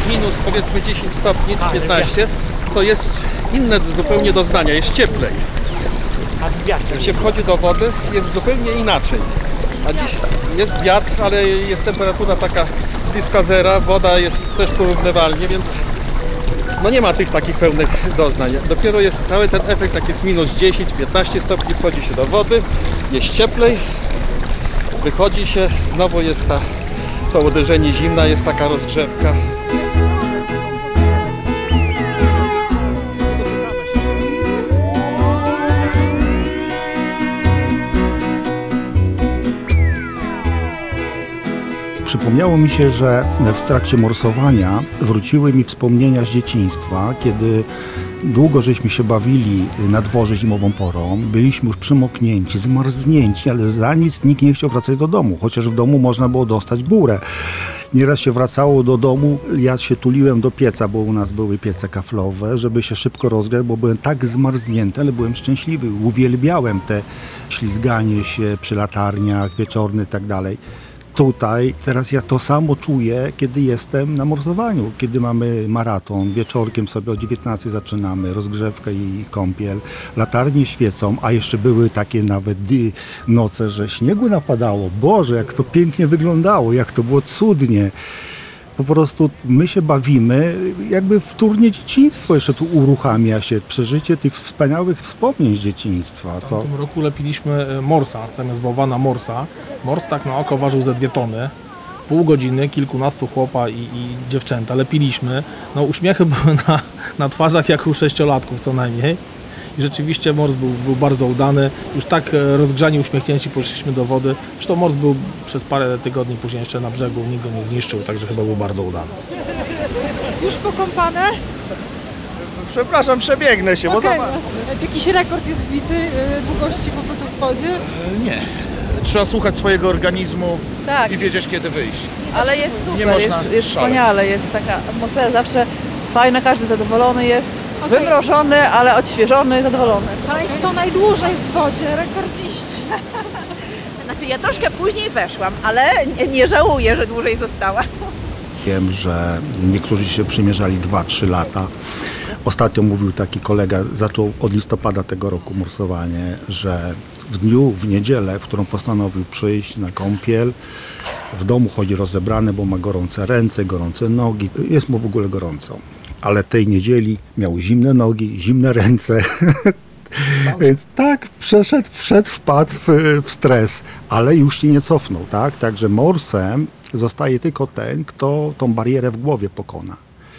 minus powiedzmy 10 stopni czy 15, to jest inne zupełnie doznania, jest cieplej. Jak się wchodzi do wody, jest zupełnie inaczej. A dziś jest wiatr, ale jest temperatura taka blisko zera, woda jest też porównywalnie, więc no nie ma tych takich pełnych doznań. Dopiero jest cały ten efekt, jak jest minus 10-15 stopni, wchodzi się do wody, jest cieplej, wychodzi się, znowu jest to uderzenie zimna, jest taka rozgrzewka. Przypomniało mi się, że w trakcie morsowania wróciły mi wspomnienia z dzieciństwa, kiedy długo żeśmy się bawili na dworze zimową porą, byliśmy już przymoknięci, zmarznięci, ale za nic nikt nie chciał wracać do domu, chociaż w domu można było dostać górę. Nieraz się wracało do domu, ja się tuliłem do pieca, bo u nas były piece kaflowe, żeby się szybko rozgrzać, bo byłem tak zmarznięty, ale byłem szczęśliwy, uwielbiałem te ślizganie się przy latarniach, wieczorny i tak dalej. Tutaj, teraz ja to samo czuję, kiedy jestem na morsowaniu, kiedy mamy maraton, wieczorkiem sobie o 19 zaczynamy, rozgrzewkę i kąpiel, latarnie świecą, a jeszcze były takie nawet noce, że śniegu napadało. Boże, jak to pięknie wyglądało, jak to było cudnie. Po prostu my się bawimy, jakby wtórnie dzieciństwo jeszcze tu uruchamia się, przeżycie tych wspaniałych wspomnień z dzieciństwa. W tym roku lepiliśmy morsa, zamiast bałwana morsa. Mors tak na oko ważył ze 2 tony. Pół godziny, kilkunastu chłopa i dziewczęta lepiliśmy. No uśmiechy były na twarzach jak u 6-latków co najmniej. I rzeczywiście mors był bardzo udany. Już tak rozgrzani, uśmiechnięci poszliśmy do wody. Zresztą mors był przez parę tygodni później jeszcze na brzegu, nikt go nie zniszczył, także chyba był bardzo udany. Już pokąpane? Przepraszam, przebiegnę się, bo zobacz. Jakiś rekord jest bity długości pobytu w wodzie? Nie. Trzeba słuchać swojego organizmu tak. I wiedzieć, kiedy wyjść. Ale jest super, nie można jest wspaniale, jest taka atmosfera zawsze fajna, każdy zadowolony jest. Wymrożony, ale odświeżony, zadowolony. Państwo najdłużej w wodzie, rekordziści. Znaczy ja troszkę później weszłam, ale nie żałuję, że dłużej została. Wiem, że niektórzy się przymierzali 2-3 lata. Ostatnio mówił taki kolega, zaczął od listopada tego roku morsowanie, że w niedzielę, w którą postanowił przyjść na kąpiel, w domu chodzi rozebrany, bo ma gorące ręce, gorące nogi, jest mu w ogóle gorąco. Ale tej niedzieli miał zimne nogi, zimne ręce, więc tak, wpadł w stres, ale już się nie cofnął, tak? Także morsem zostaje tylko ten, kto tą barierę w głowie pokona.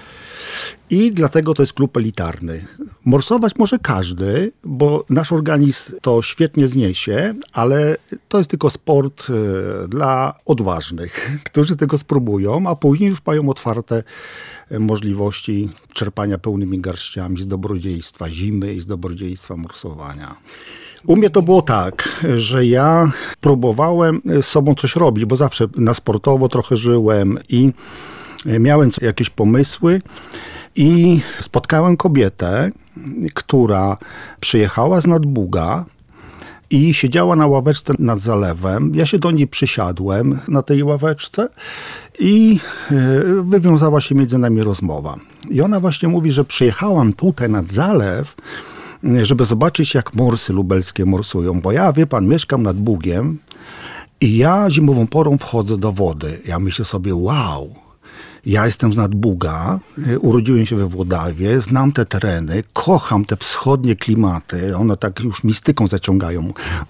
I dlatego to jest klub elitarny. Morsować może każdy, bo nasz organizm to świetnie zniesie, ale to jest tylko sport dla odważnych, którzy tego spróbują, a później już mają otwarte możliwości czerpania pełnymi garściami z dobrodziejstwa zimy i z dobrodziejstwa morsowania. U mnie to było tak, że ja próbowałem z sobą coś robić, bo zawsze na sportowo trochę żyłem i miałem jakieś pomysły i spotkałem kobietę, która przyjechała z Nadbuga i siedziała na ławeczce nad zalewem. Ja się do niej przysiadłem na tej ławeczce i wywiązała się między nami rozmowa. I ona właśnie mówi, że przyjechałam tutaj nad zalew, żeby zobaczyć, jak morsy lubelskie morsują, bo ja, wie pan, mieszkam nad Bugiem i ja zimową porą wchodzę do wody. Ja myślę sobie, wow, ja jestem z Nadbuga, urodziłem się we Włodawie, znam te tereny, kocham te wschodnie klimaty, one tak już mistyką zaciągają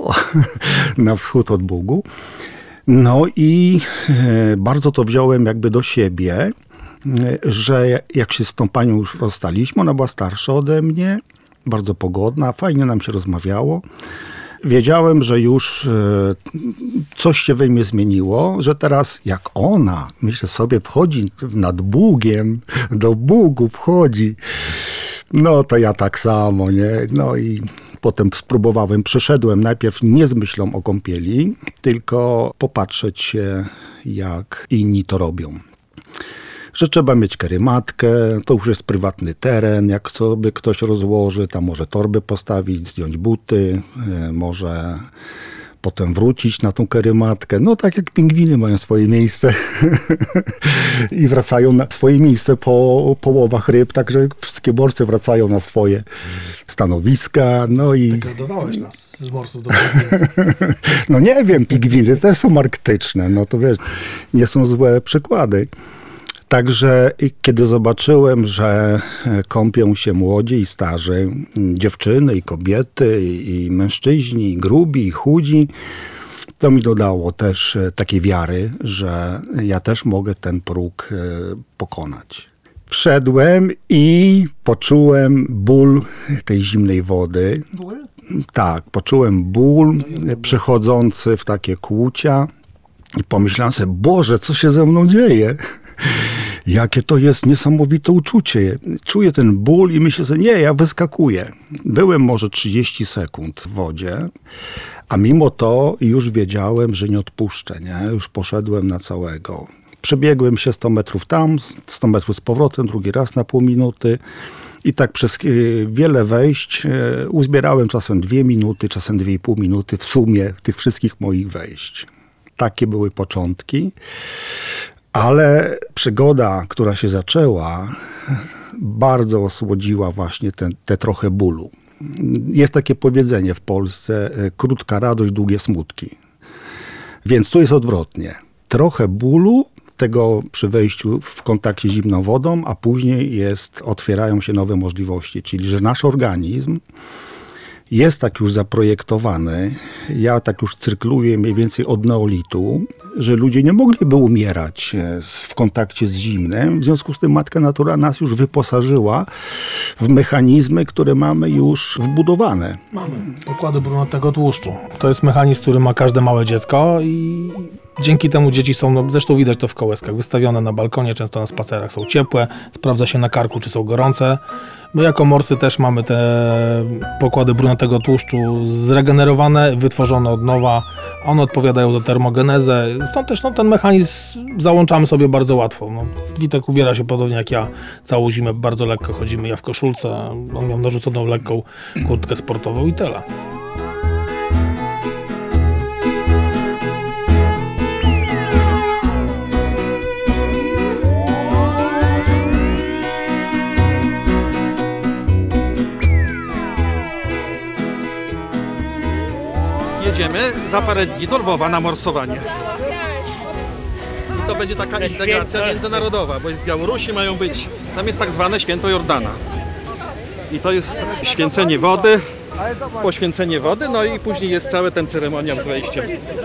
na wschód od Bugu. No i bardzo to wziąłem jakby do siebie, że jak się z tą panią już rozstaliśmy, ona była starsza ode mnie, bardzo pogodna, fajnie nam się rozmawiało. Wiedziałem, że już coś się we mnie zmieniło, że teraz jak ona, myślę sobie, wchodzi nad Bugiem, do Bugu wchodzi, no to ja tak samo, nie? No i potem spróbowałem, przeszedłem najpierw nie z myślą o kąpieli, tylko popatrzeć się, jak inni to robią. Że trzeba mieć karymatkę, to już jest prywatny teren, jak sobie ktoś rozłoży, tam może torby postawić, zdjąć buty, może potem wrócić na tą karymatkę. No tak jak pingwiny mają swoje miejsce i wracają na swoje miejsce po połowach ryb, także wszystkie morsy wracają na swoje stanowiska. No i... Degradowałeś nas z morsów do pingwiny. No nie wiem, pingwiny też są arktyczne, no to wiesz, nie są złe przykłady. Także kiedy zobaczyłem, że kąpią się młodzi i starzy, dziewczyny i kobiety, i mężczyźni, i grubi, i chudzi, to mi dodało też takiej wiary, że ja też mogę ten próg pokonać. Wszedłem i poczułem ból tej zimnej wody. Ból? Tak, poczułem ból przechodzący w takie kłucia i pomyślałem sobie, Boże, co się ze mną dzieje? Jakie to jest niesamowite uczucie. Czuję ten ból i myślę sobie, nie, ja wyskakuję. Byłem może 30 sekund w wodzie, a mimo to już wiedziałem, że nie odpuszczę, nie? Już poszedłem na całego. Przebiegłem się 100 metrów tam, 100 metrów z powrotem, drugi raz na pół minuty. I tak przez wiele wejść uzbierałem czasem 2 minuty, czasem 2,5 minuty w sumie tych wszystkich moich wejść. Takie były początki. Ale przygoda, która się zaczęła, bardzo osłodziła właśnie te trochę bólu. Jest takie powiedzenie w Polsce, krótka radość, długie smutki. Więc tu jest odwrotnie. Trochę bólu, tego przy wejściu w kontakcie z zimną wodą, a później otwierają się nowe możliwości. Czyli, że nasz organizm jest tak już zaprojektowany, ja tak już cyrkluję mniej więcej od neolitu, że ludzie nie mogliby umierać w kontakcie z zimnem. W związku z tym matka natura nas już wyposażyła w mechanizmy, które mamy już wbudowane. Mamy pokłady brunatnego tłuszczu. To jest mechanizm, który ma każde małe dziecko i dzięki temu dzieci są, no zresztą widać to w kołyskach, wystawione na balkonie, często na spacerach są ciepłe, sprawdza się na karku, czy są gorące. My jako morsy też mamy te pokłady brunatnego tłuszczu zregenerowane, wytworzone od nowa. One odpowiadają za termogenezę. Stąd też ten mechanizm załączamy sobie bardzo łatwo. Witek ubiera się podobnie jak ja. Całą zimę bardzo lekko chodzimy. Ja w koszulce, on miał narzuconą lekką kurtkę sportową i tyle. Jedziemy za parę dni do Lwowa na morsowanie. I to będzie taka integracja międzynarodowa, bo z Białorusi mają być, tam jest tak zwane święto Jordana. I to jest święcenie wody, poświęcenie wody, no i później jest cały ten ceremoniał z wejściem.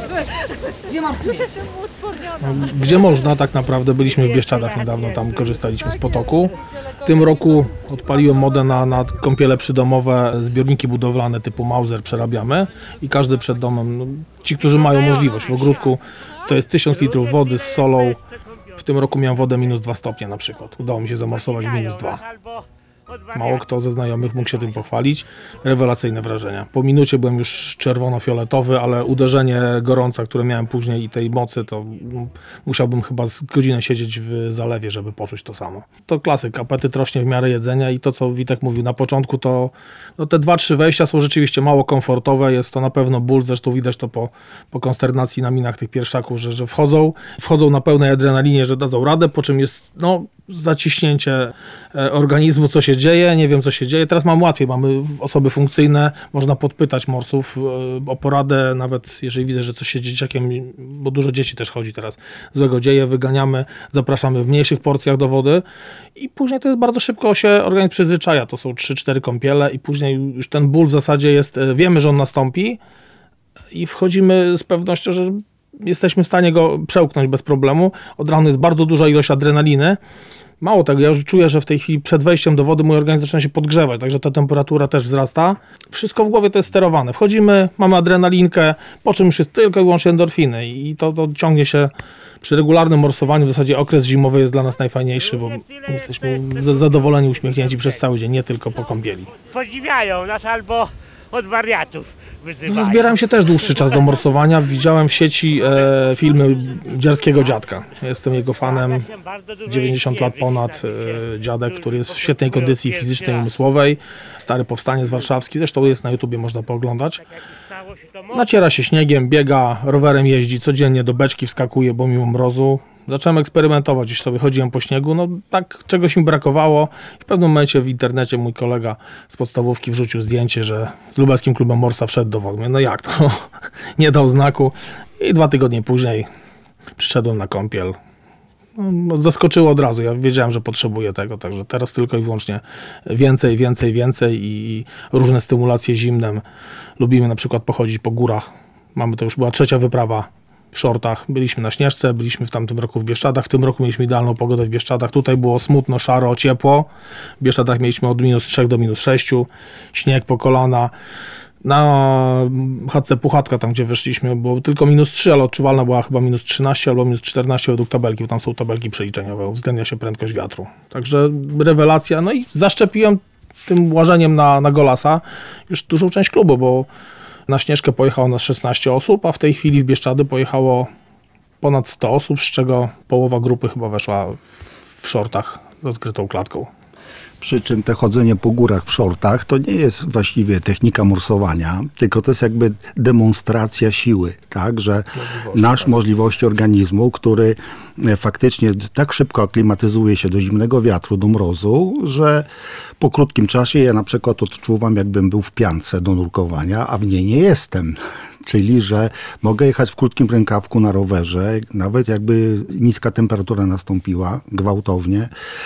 Gdzie można tak naprawdę, byliśmy w Bieszczadach niedawno, tam korzystaliśmy z potoku. W tym roku odpaliłem modę na kąpiele przydomowe, zbiorniki budowlane typu Mauser przerabiamy i każdy przed domem, ci, którzy mają możliwość w ogródku, to jest 1000 litrów wody z solą. W tym roku miałem wodę -2 stopnie na przykład. Udało mi się zamorsować -2. Mało kto ze znajomych mógł się tym pochwalić. Rewelacyjne wrażenia. Po minucie byłem już czerwono-fioletowy, ale uderzenie gorąca, które miałem później i tej mocy, to musiałbym chyba z godzinę siedzieć w zalewie, żeby poczuć to samo. To klasyk, apetyt rośnie w miarę jedzenia i to, co Witek mówił na początku, to te 2-3 wejścia są rzeczywiście mało komfortowe. Jest to na pewno ból, zresztą widać to po konsternacji na minach tych pierwszaków, że wchodzą na pełnej adrenalinie, że dadzą radę, po czym jest zaciśnięcie organizmu, co się dzieje, nie wiem co się dzieje. Teraz mam łatwiej, mamy osoby funkcyjne, można podpytać morsów o poradę, nawet jeżeli widzę, że coś się z dzieciakiem, bo dużo dzieci też chodzi teraz, złego dzieje, wyganiamy, zapraszamy w mniejszych porcjach do wody i później to jest bardzo szybko się organizm przyzwyczaja, to są 3-4 kąpiele i później już ten ból w zasadzie jest, wiemy, że on nastąpi i wchodzimy z pewnością, że jesteśmy w stanie go przełknąć bez problemu. Od rana jest bardzo duża ilość adrenaliny. Mało tego, ja już czuję, że w tej chwili przed wejściem do wody mój organizm zaczyna się podgrzewać, także ta temperatura też wzrasta. Wszystko w głowie to jest sterowane. Wchodzimy, mamy adrenalinkę, po czym już jest tylko i wyłącznie endorfiny i to ciągnie się przy regularnym morsowaniu. W zasadzie okres zimowy jest dla nas najfajniejszy, bo jesteśmy zadowoleni, uśmiechnięci przez cały dzień, nie tylko po kąpieli. Podziwiają nas albo od wariatów. No, zbierałem się też dłuższy czas do morsowania. Widziałem w sieci filmy Dziarskiego Dziadka. Jestem jego fanem. 90 lat ponad dziadek, który jest w świetnej kondycji fizycznej i umysłowej. Stary Powstaniec Warszawski, zresztą jest na YouTubie, można pooglądać. Naciera się śniegiem, biega, rowerem jeździ, codziennie do beczki wskakuje, bo mimo mrozu. Zacząłem eksperymentować, już sobie chodziłem po śniegu, no tak czegoś mi brakowało. W pewnym momencie w internecie mój kolega z podstawówki wrzucił zdjęcie, że z lubelskim klubem Morsa wszedł do wody. Mówię, no jak to? Nie dał znaku. I 2 tygodnie później przyszedłem na kąpiel. No, zaskoczyło od razu, ja wiedziałem, że potrzebuję tego, także teraz tylko i wyłącznie więcej i różne stymulacje zimnem. Lubimy na przykład pochodzić po górach. To już była 3. wyprawa w shortach. Byliśmy na Śnieżce, byliśmy w tamtym roku w Bieszczadach. W tym roku mieliśmy idealną pogodę w Bieszczadach. Tutaj było smutno, szaro, ciepło. W Bieszczadach mieliśmy od -3 do -6. Śnieg po kolana. Na chatce Puchatka, tam gdzie wyszliśmy, było tylko -3, ale odczuwalna była chyba -13 albo -14 według tabelki, bo tam są tabelki przeliczeniowe, uwzględnia się prędkość wiatru. Także rewelacja. No i zaszczepiłem tym łażeniem na Golasa już dużą część klubu, bo na Śnieżkę pojechało nas 16 osób, a w tej chwili w Bieszczady pojechało ponad 100 osób, z czego połowa grupy chyba weszła w shortach z odkrytą klatką. Przy czym te chodzenie po górach w shortach to nie jest właściwie technika morsowania, tylko to jest jakby demonstracja siły, tak, że możliwości organizmu, który faktycznie tak szybko aklimatyzuje się do zimnego wiatru, do mrozu, że po krótkim czasie ja na przykład odczuwam, jakbym był w piance do nurkowania, a w niej nie jestem. Czyli, że mogę jechać w krótkim rękawku na rowerze, nawet jakby niska temperatura nastąpiła gwałtownie.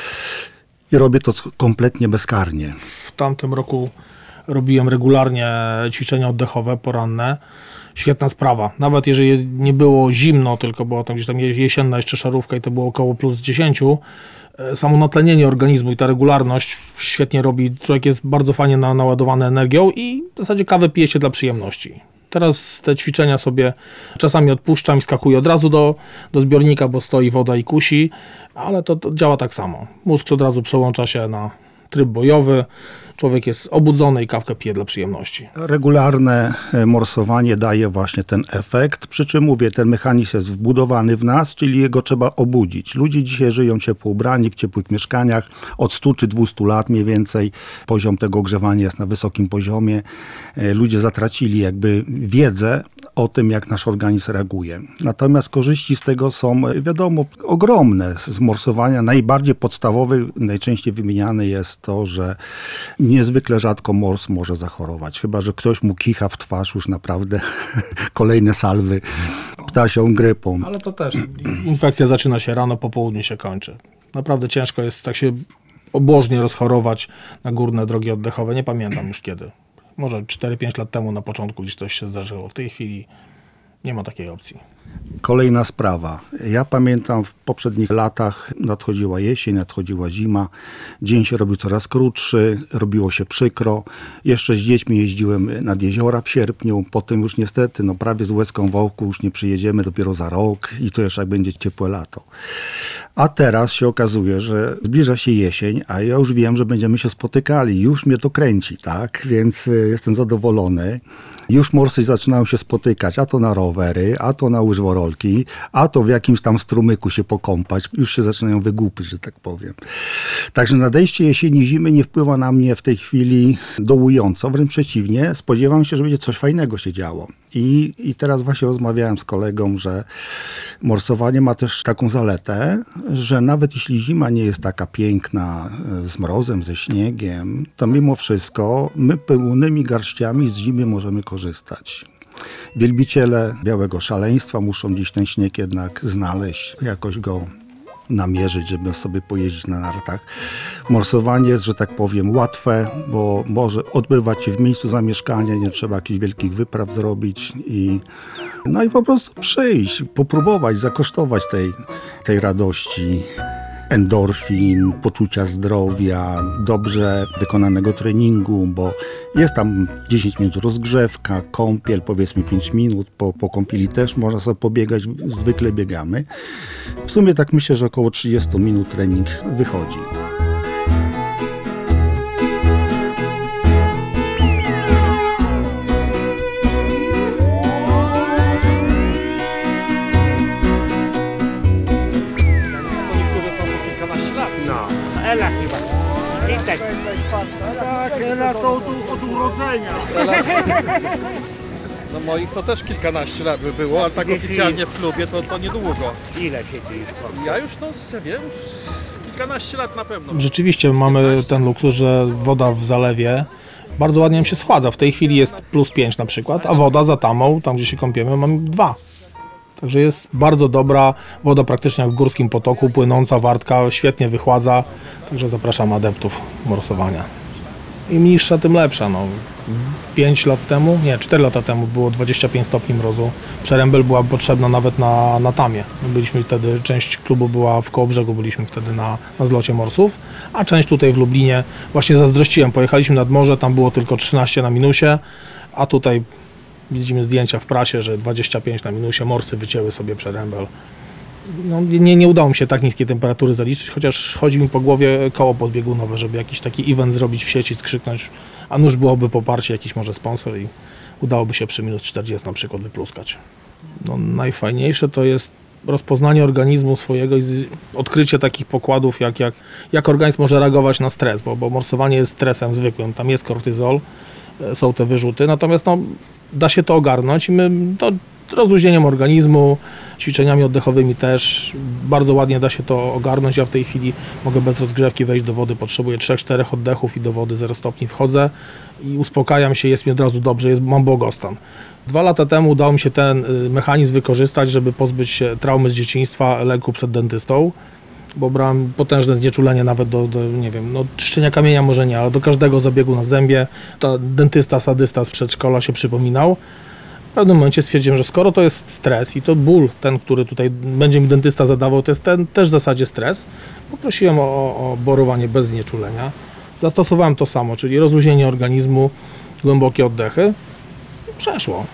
I robię to kompletnie bezkarnie. W tamtym roku robiłem regularnie ćwiczenia oddechowe, poranne. Świetna sprawa. Nawet jeżeli nie było zimno, tylko była tam gdzieś tam jesienna jeszcze szarówka i to było około +10, samo natlenienie organizmu i ta regularność świetnie robi. Człowiek jest bardzo fajnie naładowany energią i w zasadzie kawę pije się dla przyjemności. Teraz te ćwiczenia sobie czasami odpuszczam i skakuję od razu do zbiornika, bo stoi woda i kusi, ale to działa tak samo. Mózg od razu przełącza się na tryb bojowy, człowiek jest obudzony i kawkę pije dla przyjemności. Regularne morsowanie daje właśnie ten efekt, przy czym mówię, ten mechanizm jest wbudowany w nas, czyli jego trzeba obudzić. Ludzie dzisiaj żyją ciepło ubrani, w ciepłych mieszkaniach, od 100 czy 200 lat mniej więcej poziom tego ogrzewania jest na wysokim poziomie. Ludzie zatracili jakby wiedzę o tym, jak nasz organizm reaguje. Natomiast korzyści z tego są, wiadomo, ogromne. Z morsowania najbardziej podstawowy, najczęściej wymieniany jest to, że niezwykle rzadko mors może zachorować. Chyba że ktoś mu kicha w twarz, już naprawdę kolejne salwy ptasią grypą. Ale to też infekcja zaczyna się rano, po południu się kończy. Naprawdę ciężko jest tak się obłożnie rozchorować na górne drogi oddechowe. Nie pamiętam już kiedy. Może 4-5 lat temu na początku gdzieś coś się zdarzyło. W tej chwili nie ma takiej opcji. Kolejna sprawa. Ja pamiętam w poprzednich latach nadchodziła jesień, nadchodziła zima. Dzień się robił coraz krótszy, robiło się przykro. Jeszcze z dziećmi jeździłem nad jeziora w sierpniu. Potem już niestety prawie z łezką w oku już nie przyjedziemy dopiero za rok i to jeszcze jak będzie ciepłe lato. A teraz się okazuje, że zbliża się jesień, a ja już wiem, że będziemy się spotykali. Już mnie to kręci, tak? Więc jestem zadowolony. Już morsy zaczynają się spotykać, a to na rowery, a to na łyżworolki, a to w jakimś tam strumyku się pokąpać. Już się zaczynają wygłupy, że tak powiem. Także nadejście jesieni, zimy nie wpływa na mnie w tej chwili dołująco. Wręcz przeciwnie, spodziewam się, że będzie coś fajnego się działo. I teraz właśnie rozmawiałem z kolegą, że morsowanie ma też taką zaletę, że nawet jeśli zima nie jest taka piękna z mrozem, ze śniegiem, to mimo wszystko my pełnymi garściami z zimy możemy korzystać. Wielbiciele białego szaleństwa muszą dziś ten śnieg jednak znaleźć, jakoś go namierzyć, żeby sobie pojeździć na nartach. Morsowanie jest, że tak powiem, łatwe, bo może odbywać się w miejscu zamieszkania, nie trzeba jakichś wielkich wypraw zrobić i po prostu przyjść, popróbować, zakosztować tej radości, endorfin, poczucia zdrowia, dobrze wykonanego treningu, bo jest tam 10 minut rozgrzewka, kąpiel, powiedzmy 5 minut, po kąpieli też można sobie pobiegać, zwykle biegamy. W sumie tak myślę, że około 30 minut trening wychodzi. Ela chyba. Widać. Tak, Ela to od urodzenia. No moich to też kilkanaście lat by było, ale tak oficjalnie w klubie to niedługo. Ile się dzieje? Ja już wiem, kilkanaście lat na pewno. Rzeczywiście mamy ten luksus, że woda w zalewie bardzo ładnie nam się schładza. W tej chwili jest +5 na przykład, a woda za tamą, tam gdzie się kąpiemy, mamy 2. Także jest bardzo dobra woda, praktycznie jak w górskim potoku, płynąca, wartka, świetnie wychładza. Także zapraszam adeptów morsowania. Im niższa, tym lepsza. 4 lata temu było 25 stopni mrozu. Przerębel była potrzebna nawet na tamie. Byliśmy wtedy, część klubu była w Kołobrzegu, byliśmy wtedy na zlocie morsów, a część tutaj w Lublinie. Właśnie zazdrościłem, pojechaliśmy nad morze, tam było tylko 13 na minusie, a tutaj widzimy zdjęcia w prasie, że 25 na minusie, morsy wycięły sobie przerębel. Nie udało mi się tak niskiej temperatury zaliczyć, chociaż chodzi mi po głowie koło podbiegunowe, żeby jakiś taki event zrobić w sieci, skrzyknąć, a nuż byłoby poparcie, jakiś może sponsor i udałoby się przy minus 40 na przykład wypluskać. Najfajniejsze to jest rozpoznanie organizmu swojego i odkrycie takich pokładów, jak organizm może reagować na stres, bo morsowanie jest stresem zwykłym, tam jest kortyzol, są te wyrzuty, natomiast da się to ogarnąć i my to rozluźnieniem organizmu, ćwiczeniami oddechowymi też bardzo ładnie da się to ogarnąć. Ja w tej chwili mogę bez rozgrzewki wejść do wody, potrzebuję 3-4 oddechów i do wody 0 stopni wchodzę i uspokajam się, jest mi od razu dobrze, mam błogostan. 2 lata temu udało mi się ten mechanizm wykorzystać, żeby pozbyć się traumy z dzieciństwa, lęku przed dentystą, bo brałem potężne znieczulenie nawet do czyszczenia kamienia może nie, ale do każdego zabiegu na zębie. To dentysta, sadysta z przedszkola się przypominał. W pewnym momencie stwierdziłem, że skoro to jest stres i to ból, ten, który tutaj będzie mi dentysta zadawał, to jest ten też w zasadzie stres, poprosiłem o borowanie bez znieczulenia. Zastosowałem to samo, czyli rozluźnienie organizmu, głębokie oddechy. Przeszło,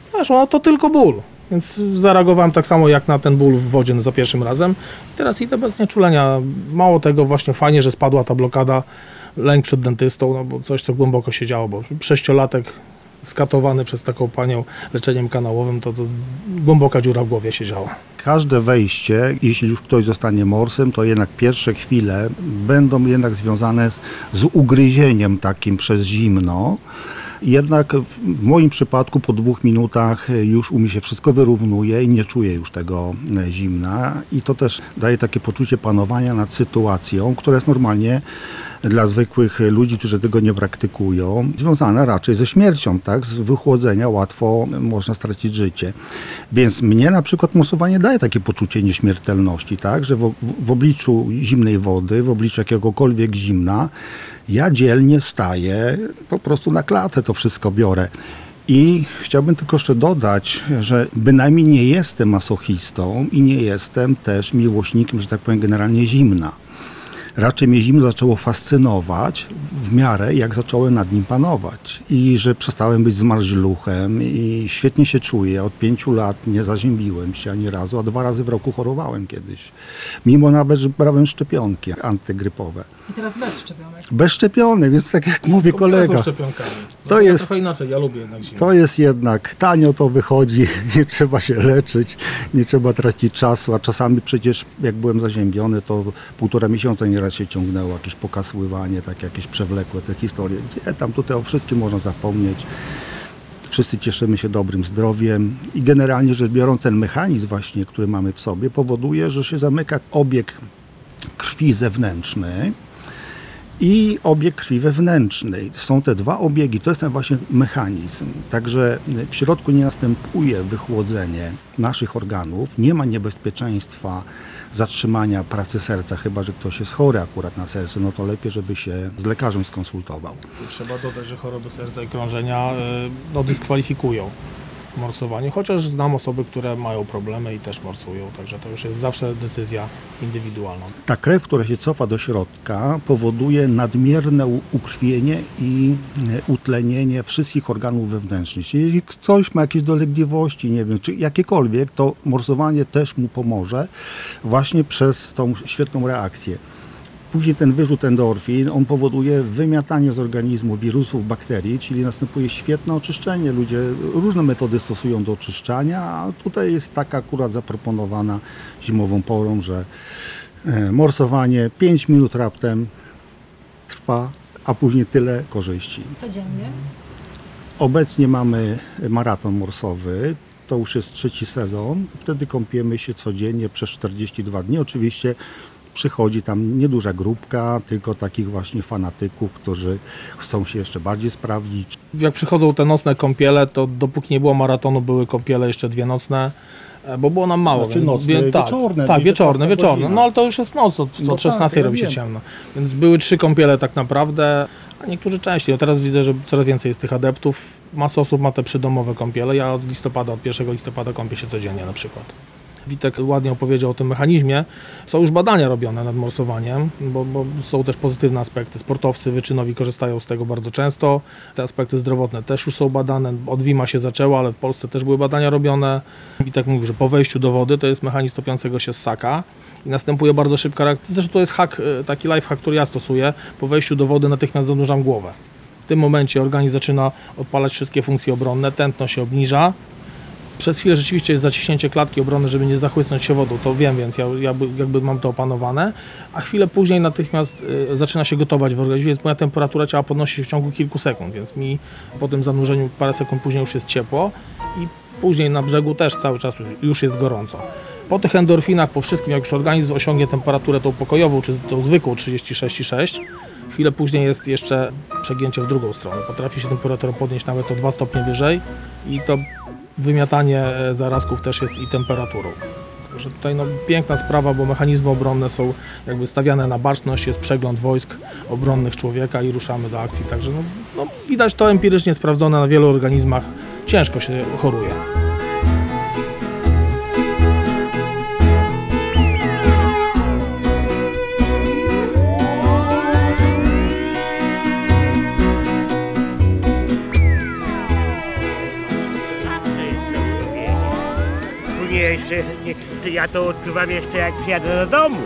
a to tylko ból. Więc zareagowałem tak samo jak na ten ból w wodzie za pierwszym razem. Teraz idę bez znieczulenia. Mało tego, właśnie fajnie, że spadła ta blokada, lęk przed dentystą, bo coś co głęboko się działo, bo 6-latek skatowany przez taką panią leczeniem kanałowym, to głęboka dziura w głowie siedziała. Każde wejście, jeśli już ktoś zostanie morsem, to jednak pierwsze chwile będą jednak związane z ugryzieniem takim przez zimno. Jednak w moim przypadku po 2 minutach już u mnie się wszystko wyrównuje i nie czuję już tego zimna i to też daje takie poczucie panowania nad sytuacją, która jest normalnie dla zwykłych ludzi, którzy tego nie praktykują, związana raczej ze śmiercią, tak? Z wychłodzenia łatwo można stracić życie. Więc mnie na przykład morsowanie daje takie poczucie nieśmiertelności, tak? Że w obliczu zimnej wody, w obliczu jakiegokolwiek zimna, ja dzielnie staję, po prostu na klatę to wszystko biorę. I chciałbym tylko jeszcze dodać, że bynajmniej nie jestem masochistą i nie jestem też miłośnikiem, że tak powiem, generalnie zimna. Raczej mnie zimno zaczęło fascynować w miarę jak zacząłem nad nim panować i że przestałem być zmarzluchem i świetnie się czuję. Od 5 lat nie zaziębiłem się ani razu, a 2 razy w roku chorowałem kiedyś. Mimo nawet, że brałem szczepionki antygrypowe. I teraz bez szczepionek. Bez szczepionek, więc tak jak mówi kolega. To jest trochę inaczej, ja lubię jednak zimno. To jest jednak tanio to wychodzi, nie trzeba się leczyć, nie trzeba tracić czasu, a czasami przecież jak byłem zaziębiony, to 1,5 miesiąca nieraz się ciągnęło, jakieś pokasływanie, tak jakieś przewlekłe te historie. Nie, tam tutaj o wszystkim można zapomnieć. Wszyscy cieszymy się dobrym zdrowiem i generalnie rzecz biorąc ten mechanizm właśnie, który mamy w sobie, powoduje, że się zamyka obieg krwi zewnętrzny i obieg krwi wewnętrznej. Są te 2 obiegi, to jest ten właśnie mechanizm. Także w środku nie następuje wychłodzenie naszych organów, nie ma niebezpieczeństwa zatrzymania pracy serca, chyba że ktoś jest chory akurat na sercu, no to lepiej, żeby się z lekarzem skonsultował. Trzeba dodać, że choroby serca i krążenia dyskwalifikują morsowanie, chociaż znam osoby, które mają problemy i też morsują, także to już jest zawsze decyzja indywidualna. Ta krew, która się cofa do środka, powoduje nadmierne ukrwienie i utlenienie wszystkich organów wewnętrznych. Jeśli ktoś ma jakieś dolegliwości, nie wiem, czy jakiekolwiek, to morsowanie też mu pomoże właśnie przez tą świetną reakcję. Później ten wyrzut endorfin, on powoduje wymiatanie z organizmu wirusów, bakterii, czyli następuje świetne oczyszczenie. Ludzie różne metody stosują do oczyszczania, a tutaj jest taka akurat zaproponowana zimową porą, że Morsowanie 5 minut raptem trwa, a później tyle korzyści. Codziennie? Obecnie mamy maraton morsowy. To już jest 3. sezon. Wtedy kąpiemy się codziennie przez 42 dni. Oczywiście przychodzi tam nieduża grupka, tylko takich właśnie fanatyków, którzy chcą się jeszcze bardziej sprawdzić. Jak przychodzą te nocne kąpiele, to dopóki nie było maratonu, były kąpiele jeszcze 2 nocne, bo było nam mało. Znaczy nocne, wieczorne. Tak, wieczorne. No ale to już jest noc, od 16 robi się wiem. ciemno. Więc były 3 kąpiele tak naprawdę, a niektórzy częściej. No teraz widzę, że coraz więcej jest tych adeptów. Masa osób ma te przydomowe kąpiele. Ja od 1 listopada kąpię się codziennie na przykład. Witek ładnie opowiedział o tym mechanizmie. Są już badania robione nad morsowaniem, bo są też pozytywne aspekty. Sportowcy wyczynowi korzystają z tego bardzo często. Te aspekty zdrowotne też już są badane. Od WIMA się zaczęło, ale w Polsce też były badania robione. Witek mówi, że po wejściu do wody to jest mechanizm topiącego się ssaka i następuje bardzo szybka reakcja. Zresztą to jest hack, taki lifehack, który ja stosuję. Po wejściu do wody natychmiast zanurzam głowę. W tym momencie organizm zaczyna odpalać wszystkie funkcje obronne, tętno się obniża. Przez chwilę rzeczywiście jest zaciśnięcie klatki obronnej, żeby nie zachłysnąć się wodą, to wiem, więc ja jakby mam to opanowane, a chwilę później natychmiast zaczyna się gotować w organizmie, więc moja temperatura ciała podnosi się w ciągu kilku sekund, więc mi po tym zanurzeniu parę sekund później już jest ciepło i później na brzegu też cały czas już jest gorąco. Po tych endorfinach, po wszystkim, jak już organizm osiągnie temperaturę tą pokojową, czy tą zwykłą 36,6, chwilę później jest jeszcze przegięcie w drugą stronę. Potrafi się temperatura podnieść nawet o 2 stopnie wyżej i to wymiatanie zarazków też jest i temperaturą. Także tutaj piękna sprawa, bo mechanizmy obronne są jakby stawiane na baczność, jest przegląd wojsk obronnych człowieka i ruszamy do akcji. Także widać to empirycznie sprawdzone na wielu organizmach. Ciężko się choruje. Ja to odczuwam jeszcze jak przyjadę do domu.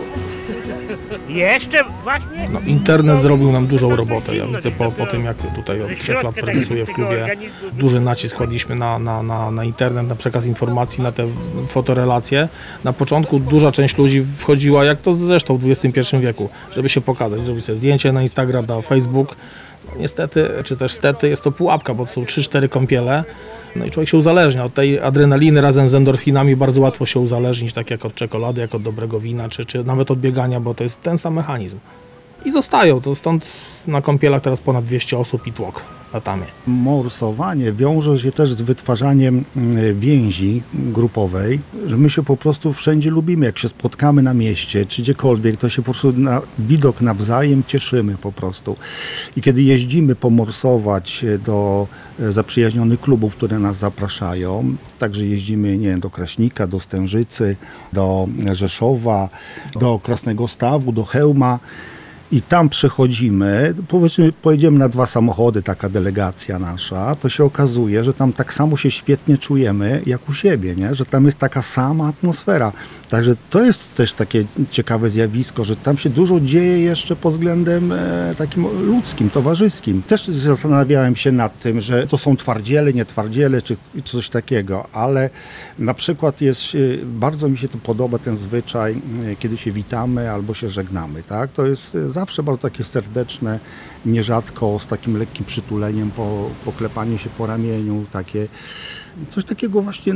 Jeszcze właśnie... Internet zrobił nam dużą robotę. Ja widzę po tym, jak tutaj od 3 lat pracuję w klubie, duży nacisk kładliśmy na internet, na przekaz informacji, na te fotorelacje. Na początku duża część ludzi wchodziła, jak to zresztą w XXI wieku, żeby się pokazać, zrobić sobie zdjęcie na Instagram, na Facebook. Niestety, czy też stety, jest to pułapka, bo to są 3-4 kąpiele. No i człowiek się uzależnia od tej adrenaliny razem z endorfinami, bardzo łatwo się uzależnić, tak jak od czekolady, jak od dobrego wina, czy nawet od biegania, bo to jest ten sam mechanizm. I zostają, to stąd na kąpielach teraz ponad 200 osób i tłok na tamie. Morsowanie wiąże się też z wytwarzaniem więzi grupowej, że my się po prostu wszędzie lubimy, jak się spotkamy na mieście, czy gdziekolwiek, to się po prostu na widok nawzajem cieszymy po prostu. I kiedy jeździmy pomorsować do zaprzyjaźnionych klubów, które nas zapraszają, także jeździmy, nie wiem, do Kraśnika, do Stężycy, do Rzeszowa, do Krasnego Stawu, do Chełma, i tam przechodzimy, powiedzmy, pojedziemy na 2 samochody, taka delegacja nasza, to się okazuje, że tam tak samo się świetnie czujemy jak u siebie, nie? Że tam jest taka sama atmosfera. Także to jest też takie ciekawe zjawisko, że tam się dużo dzieje jeszcze pod względem takim ludzkim, towarzyskim. Też zastanawiałem się nad tym, że to są twardziele, nie twardziele, czy coś takiego, ale na przykład bardzo mi się tu podoba ten zwyczaj, kiedy się witamy albo się żegnamy, tak? To jest zawsze bardzo takie serdeczne, nierzadko z takim lekkim przytuleniem, poklepanie się po ramieniu, takie coś takiego właśnie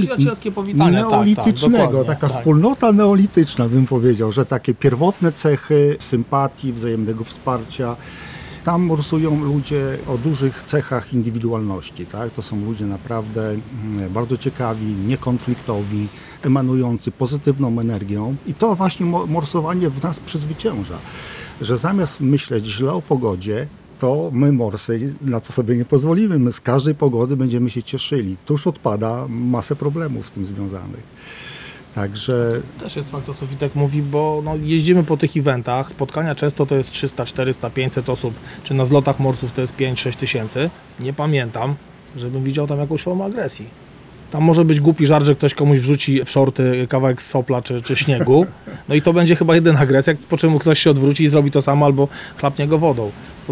neolitycznego, taka wspólnota neolityczna, bym powiedział, że takie pierwotne cechy sympatii, wzajemnego wsparcia. Tam morsują ludzie o dużych cechach indywidualności, tak? To są ludzie naprawdę bardzo ciekawi, niekonfliktowi, emanujący pozytywną energią i to właśnie morsowanie w nas przezwycięża, że zamiast myśleć źle o pogodzie, to my morsy na co sobie nie pozwolimy. My z każdej pogody będziemy się cieszyli. Tuż odpada masę problemów z tym związanych. Także... Też jest fakt to, co Witek mówi, bo jeździmy po tych eventach, spotkania często to jest 300, 400, 500 osób, czy na zlotach morsów to jest 5-6 tysięcy. Nie pamiętam, żebym widział tam jakąś formę agresji. Tam może być głupi żart, że ktoś komuś wrzuci w shorty kawałek sopla czy śniegu, no i to będzie chyba jedyna agresja, po czym ktoś się odwróci i zrobi to samo albo chlapnie go wodą.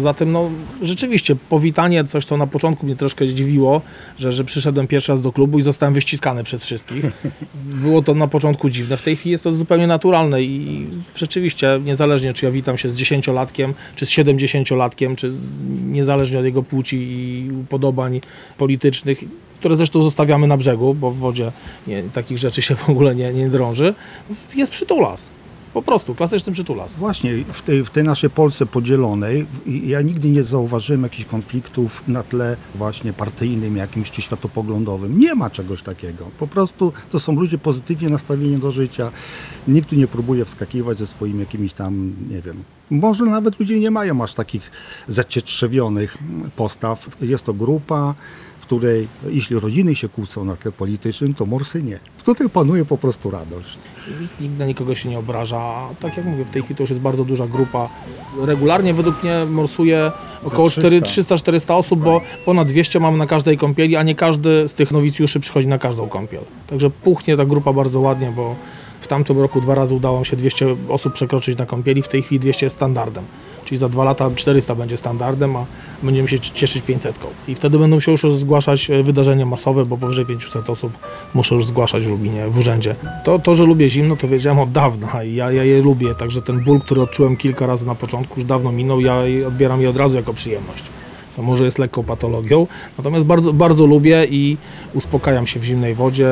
Poza tym, no rzeczywiście, powitanie, coś co na początku mnie troszkę zdziwiło, że przyszedłem pierwszy raz do klubu i zostałem wyściskany przez wszystkich. Było to na początku dziwne, w tej chwili jest to zupełnie naturalne i rzeczywiście, niezależnie czy ja witam się z 10-latkiem, czy z 70-latkiem, czy niezależnie od jego płci i upodobań politycznych, które zresztą zostawiamy na brzegu, bo w wodzie takich rzeczy się w ogóle nie drąży, jest przytulas. Po prostu, klasyczny przytulas. Właśnie, w tej naszej Polsce podzielonej ja nigdy nie zauważyłem jakichś konfliktów na tle właśnie partyjnym jakimś czy światopoglądowym. Nie ma czegoś takiego. Po prostu to są ludzie pozytywnie nastawieni do życia. Nikt tu nie próbuje wskakiwać ze swoimi jakimiś tam, nie wiem, może nawet ludzie nie mają aż takich zacietrzewionych postaw. Jest to grupa, w której jeśli rodziny się kłócą na tle politycznym, to morsy nie. Tutaj panuje po prostu radość. Nikt na nikogo się nie obraża. Tak jak mówię, w tej chwili to już jest bardzo duża grupa. Regularnie według mnie morsuje około 300-400 osób, bo ponad 200 mamy na każdej kąpieli, a nie każdy z tych nowicjuszy przychodzi na każdą kąpiel. Także puchnie ta grupa bardzo ładnie, bo w tamtym roku 2 razy udało mi się 200 osób przekroczyć na kąpieli, w tej chwili 200 jest standardem. Czyli za 2 lata 400 będzie standardem, a będziemy się cieszyć 500. I wtedy będą się już zgłaszać wydarzenia masowe, bo powyżej 500 osób muszę już zgłaszać w Lublinie, w urzędzie. To, że lubię zimno, to wiedziałem od dawna i ja je lubię, także ten ból, który odczułem kilka razy na początku, już dawno minął, ja odbieram je od razu jako przyjemność. To może jest lekką patologią, natomiast bardzo, bardzo lubię i uspokajam się w zimnej wodzie.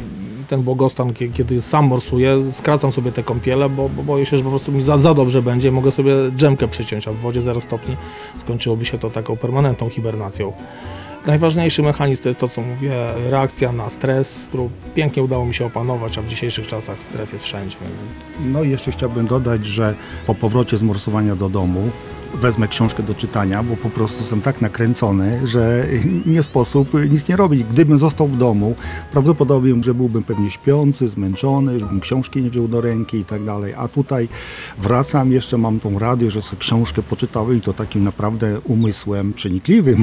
Ten błogostan, kiedy sam morsuję, skracam sobie te kąpiele, bo boję się, że po prostu mi za dobrze będzie. Mogę sobie dżemkę przyciąć, a w wodzie 0 stopni skończyłoby się to taką permanentną hibernacją. Najważniejszy mechanizm to jest to, co mówię, reakcja na stres, którą pięknie udało mi się opanować, a w dzisiejszych czasach stres jest wszędzie. No i jeszcze chciałbym dodać, że po powrocie z morsowania do domu wezmę książkę do czytania, bo po prostu jestem tak nakręcony, że nie sposób nic nie robić. Gdybym został w domu, prawdopodobnie, że byłbym pewnie śpiący, zmęczony, żebym książki nie wziął do ręki i tak dalej. A tutaj wracam, jeszcze mam tą radość, że sobie książkę poczytałem i to takim naprawdę umysłem przenikliwym.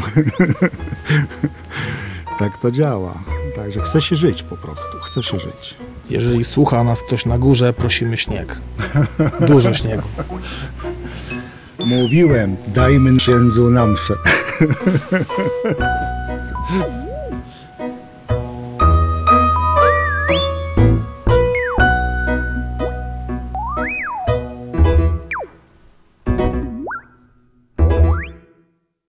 Tak to działa. Także chce się żyć po prostu. Chce się żyć. Jeżeli słucha nas ktoś na górze, prosimy śnieg. Dużo śniegu. Mówiłem, dajmy księdzu na mszę.